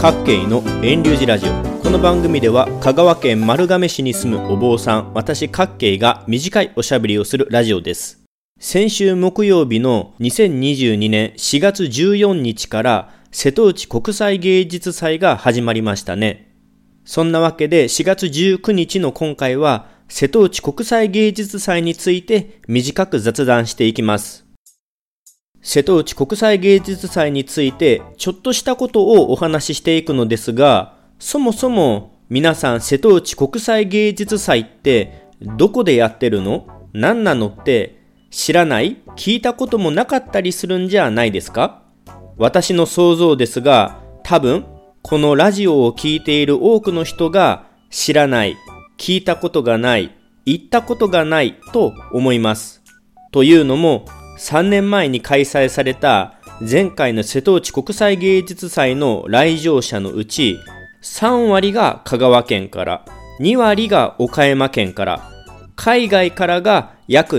各県の遠流寺ラジオ。この番組では香川県丸亀市に住むお坊さん、私各県が短いおしゃべりをするラジオです。先週木曜日の2022年4月14日から瀬戸内国際芸術祭が始まりましたね。そんなわけで4月19日の今回は瀬戸内国際芸術祭について短く雑談していきます。瀬戸内国際芸術祭についてちょっとしたことをお話ししていくのですが、そもそも皆さん瀬戸内国際芸術祭ってどこでやってるの？何なのって知らない？聞いたこともなかったりするんじゃないですか？私の想像ですが、多分このラジオを聞いている多くの人が知らない、聞いたことがない、行ったことがないと思います。というのも3年前に開催された前回の瀬戸内国際芸術祭の来場者のうち3割が香川県から、2割が岡山県から、海外からが約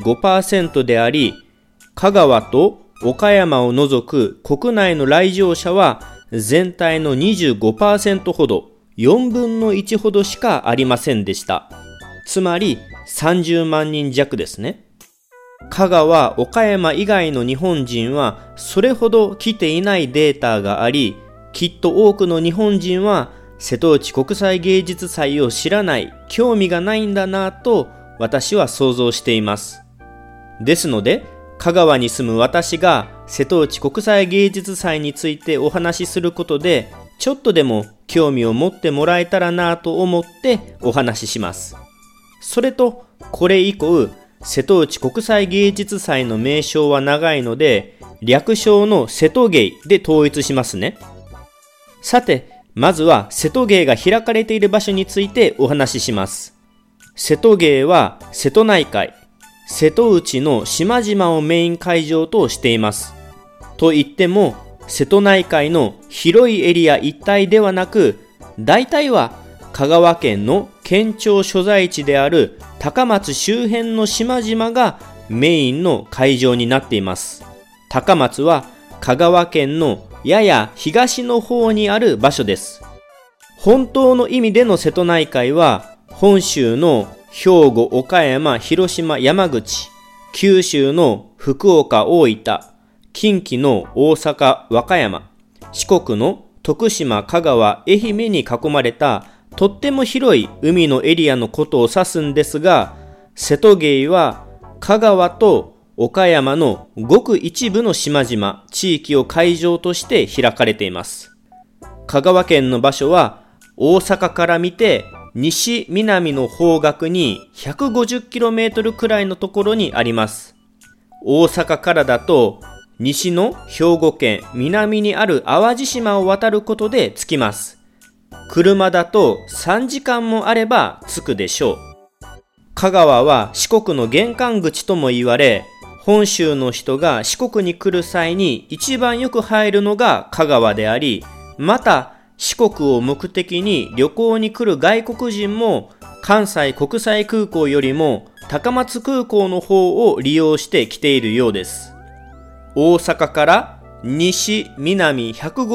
25% であり、香川と岡山を除く国内の来場者は全体の 25% ほど、4分の1ほどしかありませんでした。つまり30万人弱ですね。香川、岡山以外の日本人はそれほど来ていないデータがあり、きっと多くの日本人は瀬戸内国際芸術祭を知らない、興味がないんだなと私は想像しています。ですので、香川に住む私が瀬戸内国際芸術祭についてお話しすることで、ちょっとでも興味を持ってもらえたらなと思ってお話しします。それと、これ以降、瀬戸内国際芸術祭の名称は長いので、略称の瀬戸芸で統一しますね。さて、まずは瀬戸芸が開かれている場所についてお話しします。瀬戸芸は瀬戸内海、瀬戸内の島々をメイン会場としています。と言っても、瀬戸内海の広いエリア一帯ではなく、大体は香川県の県庁所在地である高松周辺の島々がメインの会場になっています。高松は香川県のやや東の方にある場所です。本当の意味での瀬戸内海は本州の兵庫、岡山、広島、山口、九州の福岡、大分、近畿の大阪、和歌山、四国の徳島、香川、愛媛に囲まれたとっても広い海のエリアのことを指すんですが、瀬戸芸は香川と岡山のごく一部の島々、地域を会場として開かれています。香川県の場所は大阪から見て西南の方角に 150km くらいのところにあります。大阪からだと西の兵庫県南にある淡路島を渡ることで着きます。車だと3時間もあれば着くでしょう。香川は四国の玄関口とも言われ、本州の人が四国に来る際に一番よく入るのが香川であり、また四国を目的に旅行に来る外国人も関西国際空港よりも高松空港の方を利用して来ているようです。大阪から西南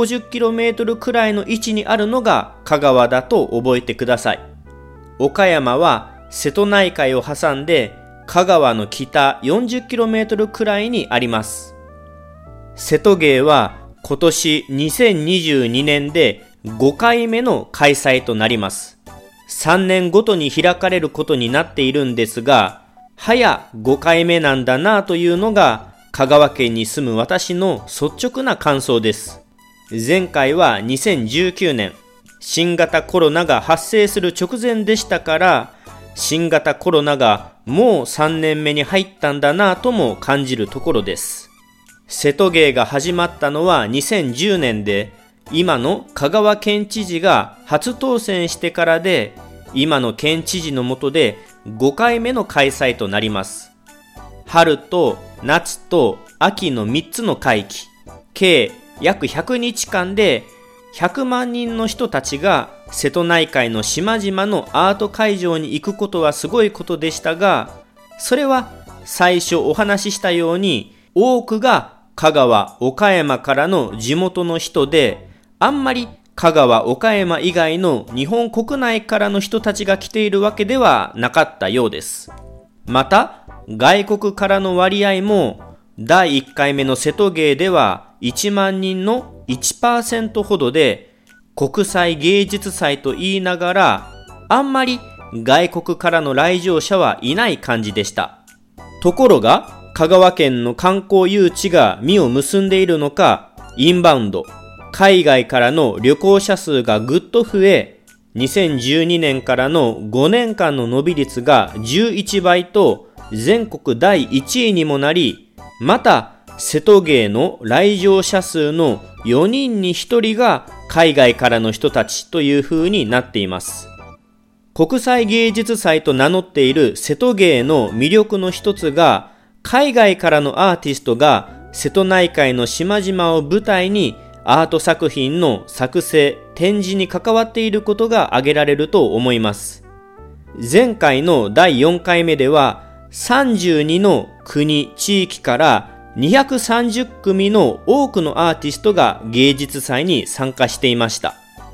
150km くらいの位置にあるのが香川だと覚えてください。岡山は瀬戸内海を挟んで香川の北 40km くらいにあります。瀬戸芸は今年2022年で5回目の開催となります。3年ごとに開かれることになっているんですが、早5回目なんだなというのが香川県に住む私の率直な感想です。前回は2019年、新型コロナが発生する直前でしたから、新型コロナがもう3年目に入ったんだなとも感じるところです。瀬戸芸が始まったのは2010年で、今の香川県知事が初当選してからで、今の県知事の下で5回目の開催となります。春と夏と秋の3つの会期、計約100日間で100万人の人たちが瀬戸内海の島々のアート会場に行くことはすごいことでしたが、それは最初お話ししたように多くが香川、岡山からの地元の人で、あんまり香川、岡山以外の日本国内からの人たちが来ているわけではなかったようです。また、外国からの割合も第1回目の瀬戸芸では1万人の 1% ほどで、国際芸術祭と言いながらあんまり外国からの来場者はいない感じでした。ところが香川県の観光誘致が実を結んでいるのか、インバウンド、海外からの旅行者数がぐっと増え、2012年からの5年間の伸び率が11倍と全国第1位にもなり、また瀬戸芸の来場者数の4人に1人が海外からの人たちという風になっています。国際芸術祭と名乗っている瀬戸芸の魅力の一つが、海外からのアーティストが瀬戸内海の島々を舞台にアート作品の作成・展示に関わっていることが挙げられると思います。前回の第4回目では32の国・地域から230組の多くのアーティストが芸術祭に参加していました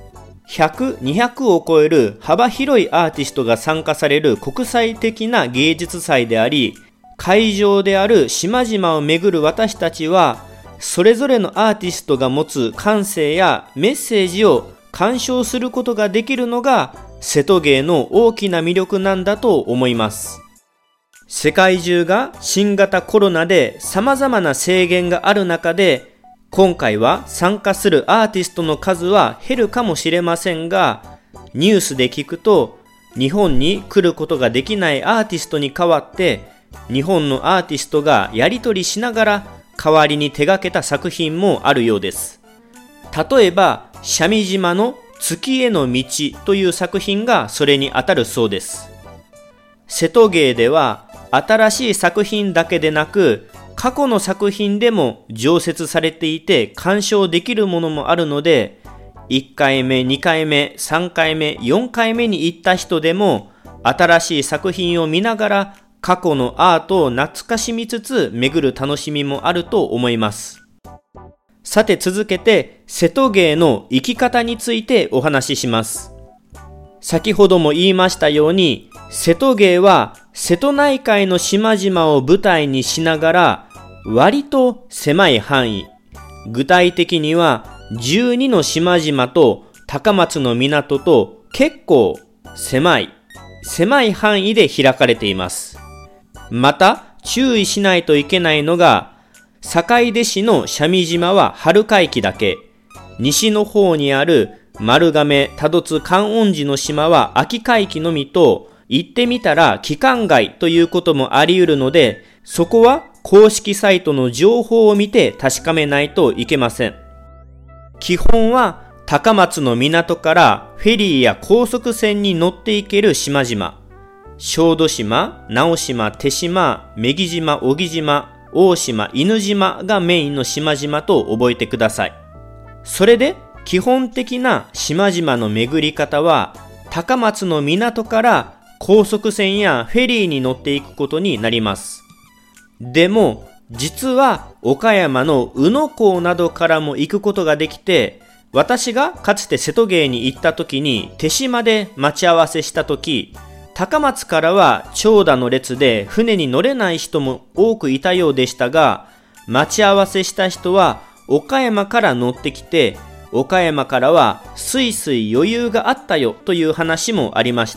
。100、200を超える幅広いアーティストが参加される国際的な芸術祭であり、会場である島々を巡る私たちは、それぞれのアーティストが持つ感性やメッセージを鑑賞することができるのが瀬戸芸の大きな魅力なんだと思います。世界中が新型コロナで様々な制限がある中で、今回は参加するアーティストの数は減るかもしれませんが、ニュースで聞くと日本に来ることができないアーティストに代わって日本のアーティストがやり取りしながら代わりに手掛けた作品もあるようです。例えば三味島の月への道という作品がそれにあたるそうです。瀬戸芸では新しい作品だけでなく過去の作品でも常設されていて鑑賞できるものもあるので、1回目、2回目、3回目、4回目に行った人でも新しい作品を見ながら過去のアートを懐かしみつつ巡る楽しみもあると思います。さて続けて瀬戸芸の生き方についてお話しします。先ほども言いましたように、瀬戸芸は瀬戸内海の島々を舞台にしながら割と狭い範囲、具体的には12の島々と高松の港と結構狭い範囲で開かれています。また注意しないといけないのが、坂出市の三味島は春海期だけ、西の方にある丸亀、多度津、観音寺の島は秋海期のみと、行ってみたら期間外ということもあり得るので、そこは公式サイトの情報を見て確かめないといけません。基本は高松の港からフェリーや高速船に乗っていける島々、小豆島、直島、手島、女木島、小木島、大島、犬島がメインの島々と覚えてください。それで基本的な島々の巡り方は、高松の港から高速船やフェリーに乗っていくことになります。でも実は岡山の宇野港などからも行くことができて、私がかつて瀬戸芸に行った時に手島で待ち合わせした時、高松からは長蛇の列で船に乗れない人も多くいたようでしたが、待ち合わせした人は岡山から乗ってきて、岡山からはすいすい余裕があったよという話もありました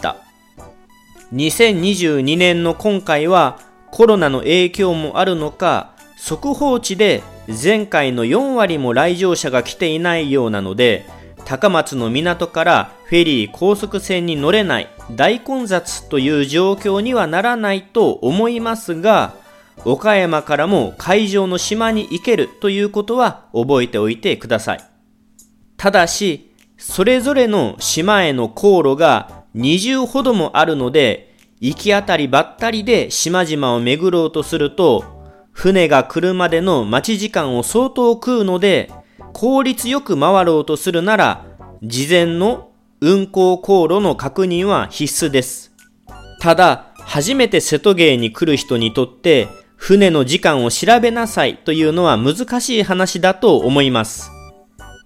。2022年の今回はコロナの影響もあるのか、速報値で前回の4割も来場者が来ていないようなので、高松の港からフェリー高速船に乗れない大混雑という状況にはならないと思いますが、岡山からも会場の島に行けるということは覚えておいてください。ただし、それぞれの島への航路が20ほどもあるので、行き当たりばったりで島々を巡ろうとすると、船が来るまでの待ち時間を相当食うので、効率よく回ろうとするなら、事前の運航航路の確認は必須です。ただ、初めて瀬戸芸に来る人にとって、船の時間を調べなさいというのは難しい話だと思います。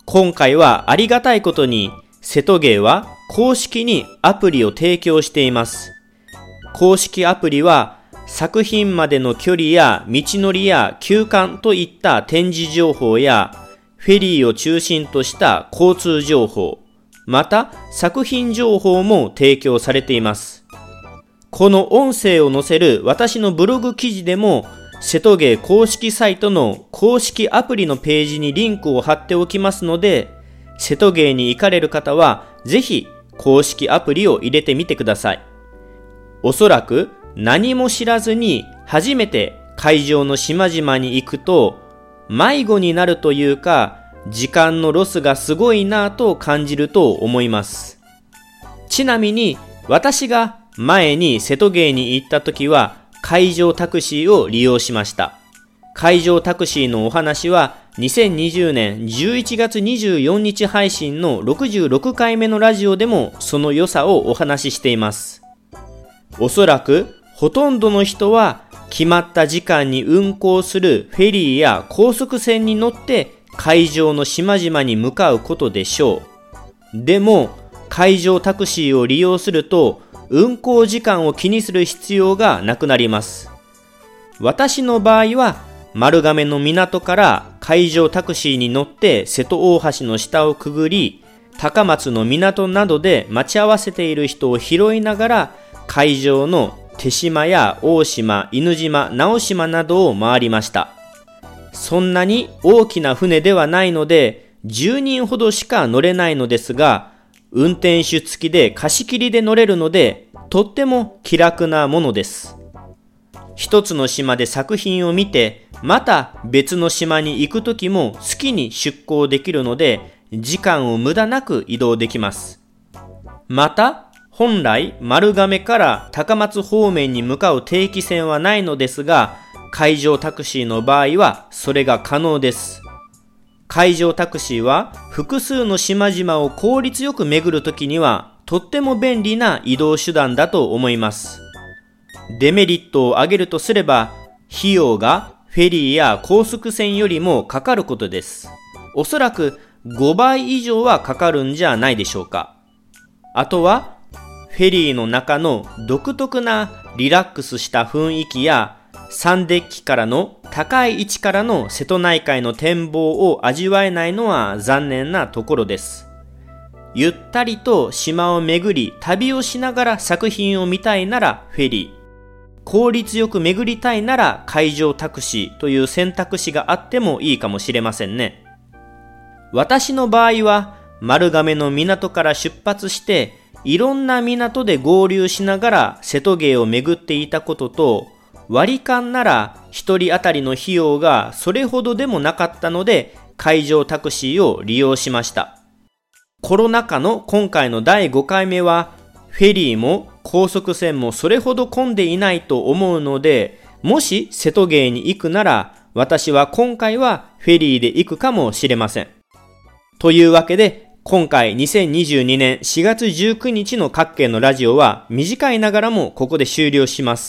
今回はありがたいことに瀬戸芸は公式にアプリを提供しています。公式アプリは作品までの距離や道のりや休館といった展示情報やフェリーを中心とした交通情報、また作品情報も提供されています。この音声を載せる私のブログ記事でも瀬戸芸公式サイトの公式アプリのページにリンクを貼っておきますので、瀬戸芸に行かれる方はぜひ公式アプリを入れてみてください。おそらく何も知らずに初めて海上の島々に行くと迷子になるというか、時間のロスがすごいなぁと感じると思います。ちなみに私が前に瀬戸芸に行った時は海上タクシーを利用しました。海上タクシーのお話は2020年11月24日配信の66回目のラジオでもその良さをお話ししています。おそらくほとんどの人は決まった時間に運行するフェリーや高速船に乗って海上の島々に向かうことでしょう。でも海上タクシーを利用すると運行時間を気にする必要がなくなります。私の場合は丸亀の港から海上タクシーに乗って瀬戸大橋の下をくぐり、高松の港などで待ち合わせている人を拾いながら海上の手島や大島、犬島、直島などを回りました。そんなに大きな船ではないので10人ほどしか乗れないのですが、運転手付きで貸し切りで乗れるのでとっても気楽なものです。一つの島で作品を見てまた別の島に行くときも好きに出港できるので時間を無駄なく移動できます。また本来丸亀から高松方面に向かう定期船はないのですが、海上タクシーの場合はそれが可能です。海上タクシーは複数の島々を効率よく巡るときにはとっても便利な移動手段だと思います。デメリットを挙げるとすれば、費用がフェリーや高速船よりもかかることです。おそらく5倍以上はかかるんじゃないでしょうか。あとはフェリーの中の独特なリラックスした雰囲気や3デッキからの高い位置からの瀬戸内海の展望を味わえないのは残念なところです。ゆったりと島を巡り旅をしながら作品を見たいならフェリー、効率よく巡りたいなら海上タクシーという選択肢があってもいいかもしれませんね。私の場合は丸亀の港から出発していろんな港で合流しながら瀬戸芸を巡っていたことと、割り勘なら一人当たりの費用がそれほどでもなかったので海上タクシーを利用しました。コロナ禍の今回の第5回目はフェリーも高速船もそれほど混んでいないと思うので、もし瀬戸芸に行くなら私は今回はフェリーで行くかもしれません。というわけで今回2022年4月19日の各県のラジオは短いながらもここで終了します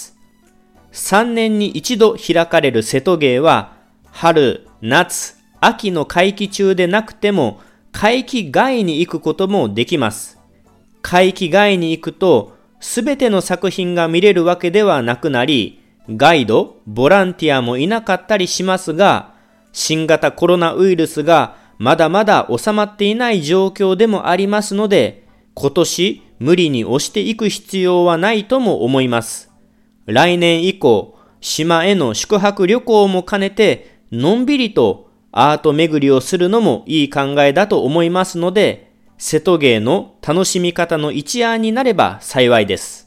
。3年に一度開かれる瀬戸芸は春、夏、秋の会期中でなくても会期外に行くこともできます。会期外に行くとすべての作品が見れるわけではなくなり、ガイド、ボランティアもいなかったりしますが、新型コロナウイルスがまだまだ収まっていない状況でもありますので、今年無理に押していく必要はないとも思います。来年以降、島への宿泊旅行も兼ねて、のんびりとアート巡りをするのもいい考えだと思いますので、瀬戸芸の楽しみ方の一案になれば幸いです。